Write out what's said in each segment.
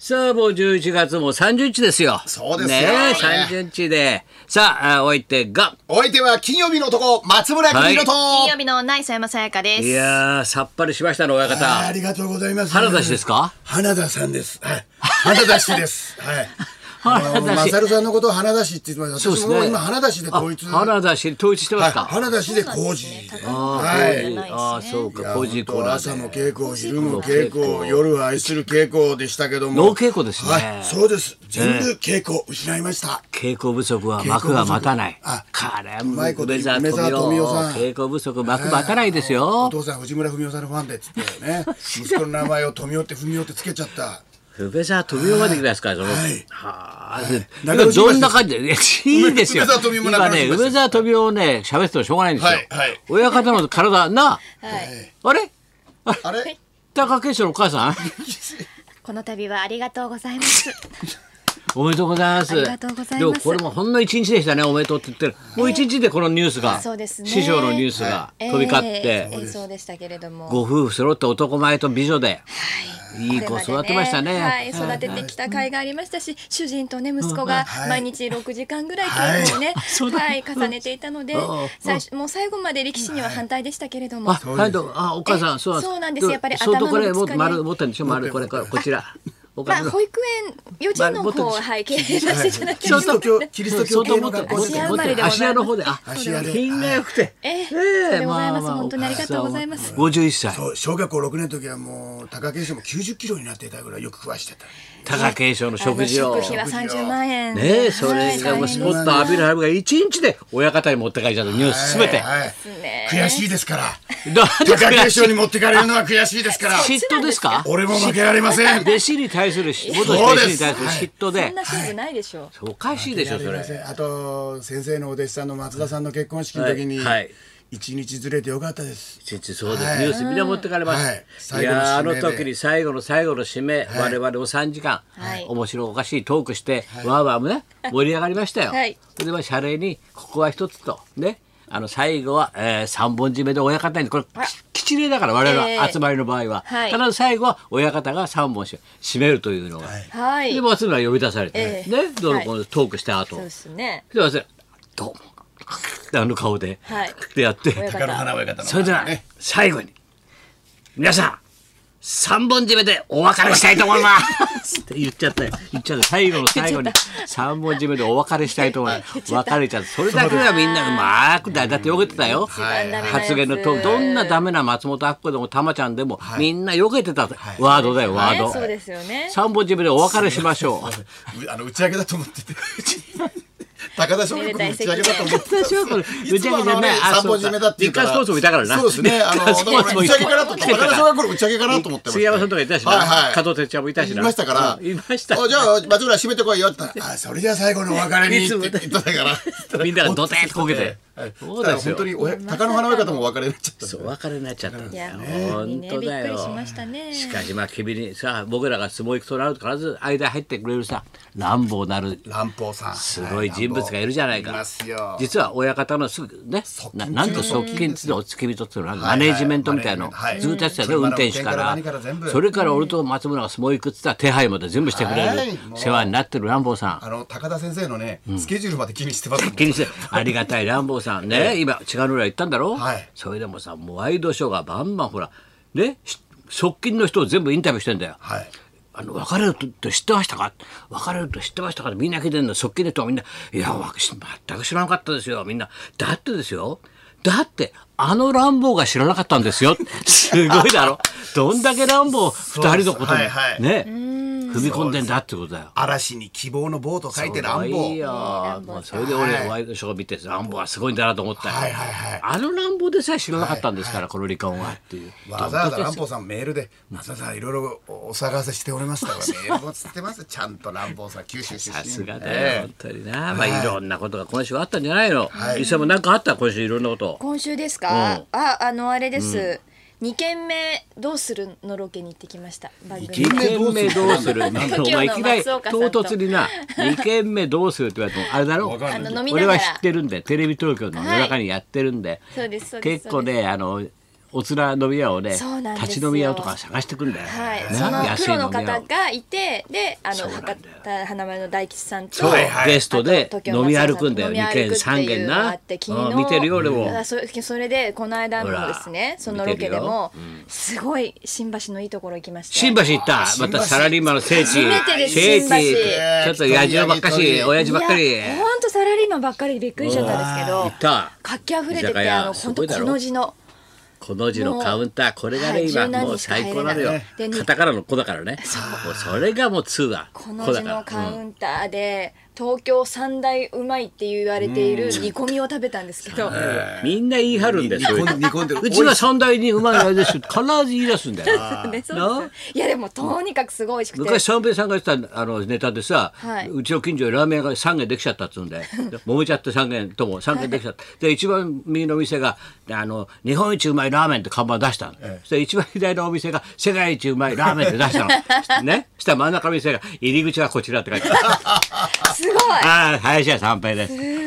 さあもう11月も30日ですよ。 そうですよね。30日で。さあ、お相手が。 お相手は金曜日の男、松村邦洋と。 金曜日のナイス山さやかです。 いやー、さっぱりしましたね、親方。 ありがとうございます。 花田氏ですか？ 花田さんです。はい。花田氏です。はい。 花田氏。 マサルさんのことを花田氏って言ってました。 そうですね。 私も今花田氏で統一。 花田氏統一してますか？ 花田氏で工事。 はい。ああ、そうか、工事コーナーで。 朝の稽古、昼の稽古、夜は愛する稽古でしたけども。 ノー稽古ですね。 はい、そうです。全部稽古失いました。 稽古不足は幕が待たない。彼梅沢富美男さん。稽古不足幕待たないですよ。 お父さん藤村文雄さんのファンでっつってね。息子の名前を富雄って文雄ってつけちゃった。 梅沢富美男まで来ますから、その。 はい。 はあ。どんな感じで、いいですよ。今ね、梅沢富美男ね、喋ってもしょうがないんですよ。親方の体、な。あれあれ貴景勝のお母さんこの度はありがとうございます。 おめでとうございます。 ありがとうございます。 でもこれもほんの一日でしたね、おめでとうって言ってる。もう一日でこのニュースが、師匠のニュースが飛び交って、 そうでしたけれども、 ご夫婦揃って男前と美女で、いい子育てましたね。 はい、育ててきた甲斐がありましたし、主人とね息子が毎日6時間ぐらい稽古をね、はい重ねていたので、もう最後まで力士には反対でしたけれども、 お母さんそうなんです。やっぱり頭の頭のこれ丸持ってるんでしょ、丸これこちら。 保育園幼稚園の方を経営させていただきました。 キリスト教系の学校で芦屋の方で、品が良くて、 それでございます。本当にありがとうございます。 51歳。 小学校6年の時はもう貴景勝も90キロになっていたぐらいよく食わしてた。 貴景勝の食事を。 食費は30万円。 ね、それがスポット浴びるが1日で親方に持って帰っちゃったニュースすべて。 悔しいですから。貴景勝に持ってかれるのは悔しいですから。 嫉妬ですか？ 俺も負けられません。 弟子に対する元弟子に対する嫉妬で。 そんな勝負ないでしょ。 おかしいでしょそれ。 あと先生のお弟子さんの松田さんの結婚式の時に一日ずれてよかったです。 一日そうです。ニュースみんな持ってかれます。いやあの時に最後の締め、我々も3時間面白おかしいトークしてわーわーね盛り上がりましたよ。それで謝礼にここは一つとね。最後は三本締めで親方にこれ吉礼だから我々は集まりの場合は必ず最後は親方が3本締めるというのがで松村が呼び出されてねどのこのトークした後で松村どうも顔でやってそれでは最後に皆さん3本締めでお別れしたいと思いますって言っちゃった最後の最後に3本締めでお別れしたいと思います別れちゃってそれだけではみんなうまくだってよけてたよ発言のとどんなダメな松本明子でも玉ちゃんでもみんなよけてたワードだよワードそうですよね 3本締めでお別れしましょう打ち上げだと思ってて高田小学校の打ち上げだと思って高田小学校の打ち上げじゃない 3本締めだっていうから日刊スポーツもいたからなそうですね打ち上げかなと高田小学校の打ち上げかなと思ってました杉山さんとかいたしな加藤哲ちゃんもいたしないましたからいましたじゃあ松村締めてこいよって言ったらそれじゃ最後のお別れにって言ってたからみんながドテーッとこけてそうですよ本当に貴乃花親方もお別れになっちゃったそうお別れになっちゃったんだよ本当だよしかしまあ君にさ僕らが相撲行くとなると必ず間入ってくれるさ乱暴なる乱暴さんすごい人物がいるじゃないか実は親方のすぐねなんと側近つうのお付き人っていうのはマネジメントみたいのずっとやってたよ運転手からそれから俺と松村が相撲行くっつったら手配まで全部してくれる世話になってる乱暴さん高田先生のねスケジュールまで気にしてます気にしてありがたい乱暴さんね今違うのら言ったんだろそれでもさもうワイドショーがバンバンほらね側近の人を全部インタビューしてんだよ別れると知ってましたか別れると知ってましたかみんな聞いてるの側近の人はみんないや全く知らなかったですよみんなだってですよだって乱暴が知らなかったんですよすごいだろどんだけ乱暴2人のことにね踏み込んでんだってことだよ嵐に希望の棒と書いて乱暴それで俺ワイドショー見て乱暴はすごいんだなと思ったよ乱暴でさえ知らなかったんですからこの離婚はっていうわざわざ乱暴さんメールで松田さんいろいろお探せしておりましたからメールもつってますちゃんと乱暴さん九州出身さすがだよ本当になまあいろんなことが今週あったんじゃないの伊勢も何かあった今週いろんなこと今週ですかあれです2軒目どうするのロケに行ってきました 2軒目どうするお前いきなり唐突にな2軒目どうするって言われてもあれだろ俺は知ってるんでテレビ東京の夜中にやってるんで結構ねおつら飲み屋をねそうなんですよ立ち飲み屋とか探してくんだよ、 はい、 ねそのプロの安い飲み屋を方がいて、で博多華丸の大吉さんとゲストであと飲み歩くんだよ、 東京 2軒3軒な、見てるよ俺も。 それでこの間もですね、そのロケでもすごい新橋のいいところ行きました。 新橋行った。またサラリーマンの聖地。 初めてです聖地。 新ちょっと野獣ばっかし、親父ばっかり。 本当サラリーマンばっかりでびっくりしちゃったんですけど、 行った。 活気あふれてて、本当この字の。 この字のカウンター、これがね今もう最高なのよ。カタカナの子だからね。もうそれがもう2だ。 この字のカウンターで東京三大うまいって言われている煮込みを食べたんですけど、 みんな言い張るんですよ。 煮込んでる。 うちは三大にうまいあれですよ。必ず言い出すんだよ。 いやでもとにかくすごい美味しくて。 昔三平さんが言ってたネタでさ、うちの近所にラーメン屋が3軒できちゃったっつうんで、揉めちゃって3軒とも3軒できちゃった。で一番右の店が日本一うまいラーメンって看板出したの。そして一番左のお店が世界一うまいラーメンって出したの。ね。そしたら真ん中の店が入り口はこちらって書いてある。 すごい。 ああ、林家三平です。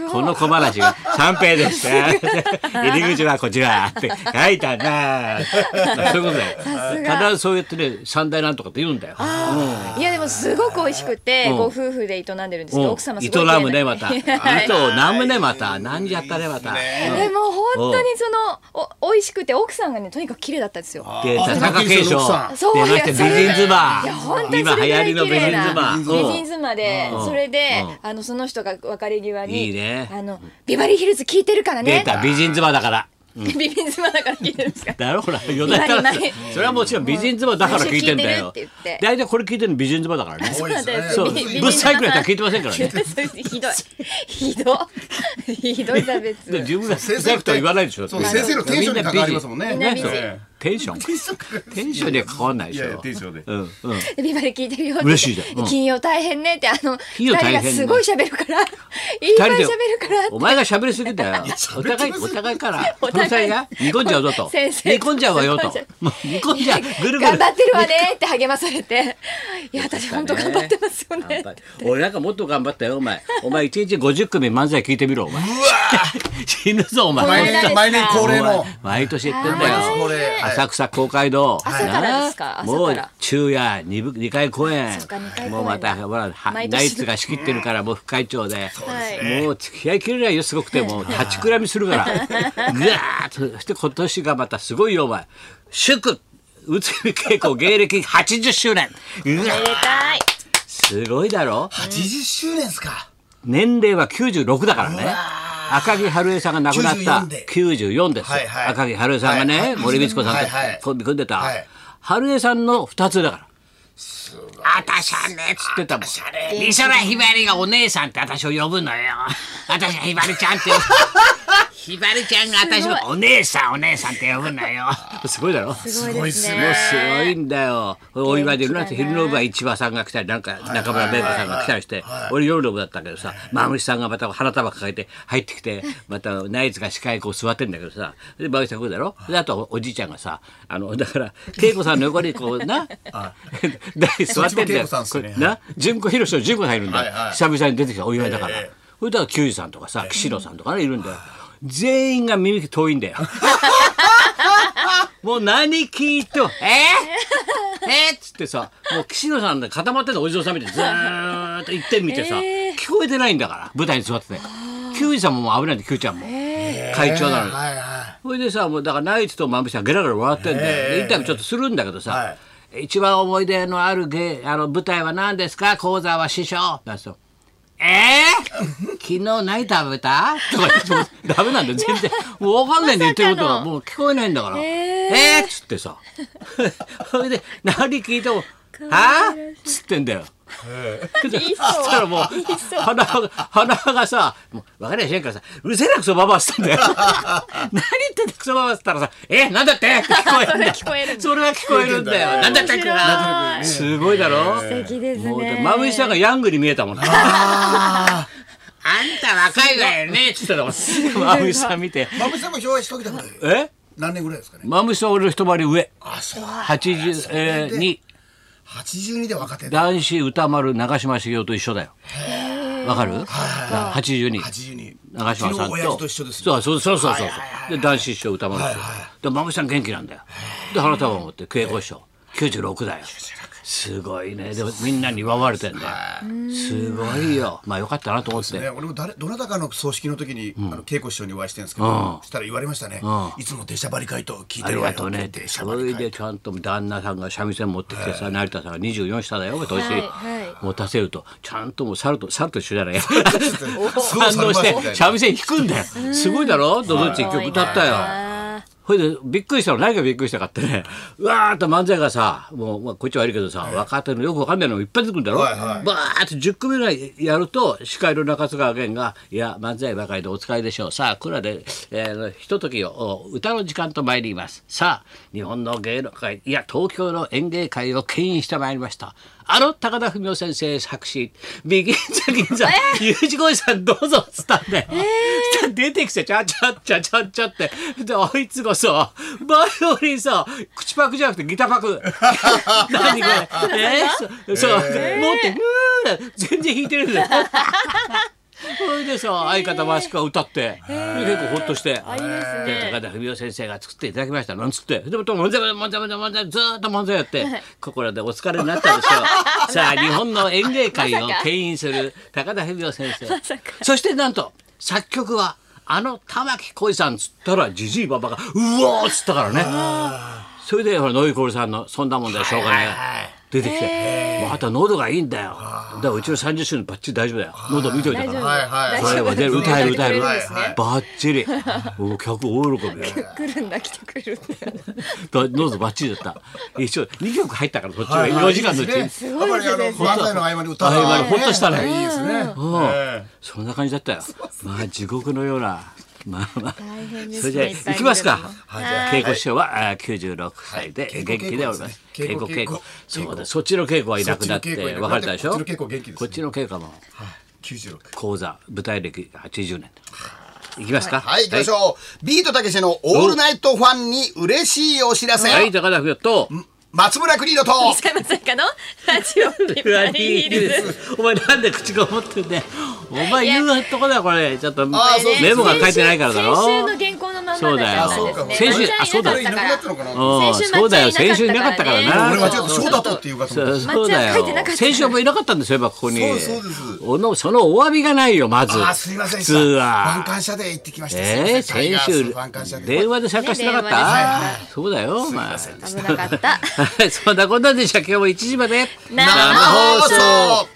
この小話が三平です。入り口はこちらって書いてあるな。そういうことだよ。必ずそうやってね、三大なんとかって言うんだよ。 いやでもすごく美味しくて、ご夫婦で営んでるんですけど、奥様すごい営むねまた。糸を何むねまた、何時やったねまた。 でも本当に美味しくて、奥さんがねとにかく綺麗だったんですよ。 で貴景勝。 そう美人妻。今流行りの美人妻。 美人妻で、それでその人が別れ際にビバリーヒルズ聞いてるからね。 出た美人妻だから。 美人妻だから聞いてるんですか。 だろほら、よだからそれはもちろん美人妻だから聞いてんだよ。大体これ聞いてるの美人妻だからね。そう、ぶっさいくらいだったら聞いてませんからね。 ひどい差別。 自分が不細工とは言わないでしょ。 先生のテンションに関わりますもんね。 テンションには関わんないでしょ。 テンションで。 ビバリー聞いてるよ。 嬉しいじゃん。 金曜大変ねって二人がすごい喋るから。いっぱい喋るから。 お前が喋りすぎだよ。お互いから。この際が煮込んじゃうぞと。煮込んじゃうわよと。煮込んじゃう。ぐるぐる。 頑張ってるわねって励まされて。いや私本当頑張ってますよね。 俺なんかもっと頑張ったよお前。お前1日50組漫才聞いてみろお前。死ぬぞお前。 毎年恒例の。 毎年言ってんだよ。浅草公会堂。 朝からですか。 もう昼夜2回公演。もうまたほらナイツが仕切ってるからもう副会長で。もう付き合いきれないよすごくてもう立ちくらみするから。ぐわーっとそして今年がまたすごいよお前。祝内海恵子芸歴80周年。 めでたい。 すごいだろ。 80周年ですか。 年齢は96だからね。赤木春恵さんが亡くなった94です。赤木春恵さんがね、森光子さんとコンビ組んでた。春恵さんの2つだから。あたしゃねっつってたもん。美空ひばりがお姉さんって私を呼ぶのよ。私はひばりちゃんって。ひばりちゃんが私のお姉さんって呼ぶんだよ。すごいだろ。 すごいですね。 もうすごいんだよ。お祝いで昼の部は市場さんが来たりなんか中村メンバーさんが来たりして、俺夜の部だったけどさ、まむしさんがまた花束抱えて入ってきて、またナイツが司会こう座ってんだけどさ、でまむしさん来るだろ。であとおじいちゃんがさ、だから恵子さんの横にこうな座ってんだよ。な純子ひろしと純子さんいるんだよ。久々に出てきたお祝いだから。それだから球児さんとかさ岸野さんとかねいるんだよ。全員が耳遠いんだよ。もう何聞いてもっつってさ、もう岸野さんで固まってんのお地蔵さんみたいにずーっと一点見てさ、聞こえてないんだから舞台に座ってて。球児さんももう危ないんで球ちゃんも会長なのに。それでさもうだからナイツとマムシさんゲラゲラ笑ってんだよ。インタビューちょっとするんだけどさ、一番思い出のある舞台は何ですか講座は師匠なんですよ。昨日何食べたとか言ってダメなんだよ全然もう分かんないんだよ言ってることがもう聞こえないんだからっつってさそれで何聞いてもはぁっつってんだよ。そしたらもう鼻がさもう分かりやしないからさうるせえなクソババアっつったんだよ。何言ってんだクソババアっつったらさなんだってって聞こえるんだ。それは聞こえるんだよ。なんだってすごいだろ。 素敵ですね。 まむしさんがヤングに見えたもん。あんた若いわよねっつってたもん。まむしさん見て。 まむしさんも昭和一桁ぐらい。何年ぐらいですかね。 まむしさん俺の一回り上。 あそう。 82。 82で若手だ。 男子歌丸長嶋茂雄と一緒だよ。わかる？82。 長嶋さんと。 親父と一緒ですね。 そうで男子師匠歌丸師匠。でまぶしさん元気なんだよ。で花束を持って稽古師匠96だよ。すごいね。でもみんなに祝われてんだよ。すごいよ。まあよかったなと思って。 俺もどなたかの葬式の時に稽古師匠にお会いしてるんですけど、そしたら言われましたね。いつも出しゃばり会と聞いてるわよ。 ありがとうねって。それでちゃんと旦那さんが三味線持ってきてさ、成田さんが24下だよ年持たせるとちゃんともう猿と一緒じゃない。反応して三味線弾くんだよ。すごいだろ。どっち一曲歌ったよ。ほいでびっくりしたの何がびっくりしたかってね、うわーっと漫才がさもう、まあ、こっちは悪いけどさ、若手のよくわかんないのがいっぱい出てくるんだろ、バーッと10組ぐらいやると司会の中津川源が「いや漫才ばかりでお疲れでしょう。さあ蔵で、ひとときを歌の時間と参ります。さあ日本の芸能界いや東京の演芸界を牽引してまいりました。高田文夫先生作詞ビギンザ銀座 U 字工事さんどうぞ」っつったんで、出てきてチャチャッチャチャッチャってであいつがさバイオリンさ口パクじゃなくてギターパク何これそう持って全然弾いてるんだよ。それでさ相方マスクが歌って結構ほっとして高田文夫先生が作っていただきましたなんつってでも漫才ずーっと漫才やってここらでお疲れになったでしょう。さあ日本の演芸界を牽引する高田文夫先生そしてなんと作曲は玉置浩二さんつったらじじいばばがうわーっつったからね。それでほらノイコールさんのそんなもんだよしょうがない出てきてもうあと喉がいいんだよ。だからうちの30周年バッチリ大丈夫だよ。喉見といたからそれは出る歌えるバッチリもう客大喜びよ。 来るんだ来てくれる喉バッチリだった。一応2曲入ったからこっちは4時間のうちにすごいですね。 漫才の合間に歌うほっとしたね。 いいですね。 そんな感じだったよ。まあ地獄のようなまあ大変ですね。 それじゃ行きますか。稽古師匠は96歳で元気でおります。稽古そうだそっちの稽古はいなくなって別れたでしょ。こっちの稽古も 96 講座舞台歴80年いきますか。 はい行きましょう。ビートたけしのオールナイトファンに嬉しいお知らせ。 はい高田文夫と松村邦洋と西山さんかのラジオビバリーヒルズ。 お前なんで口が持ってんだよ。お前言うとこだよこれちょっとメモが書いてないからだろ。 先週の原稿のままそうだよ。先週そうだよ。 そうだよ先週いなかったからな。 俺間違ってそうだとっていうかそうだよ。先週もいなかったんですよここに。 そうです。 そのお詫びがないよまず。 すみません。 普通は。 ファン感謝で行ってきました。 先週電話で参加してなかった。そうだよ。 危なかった。 そんなこんなでした今日も1時まで生放送。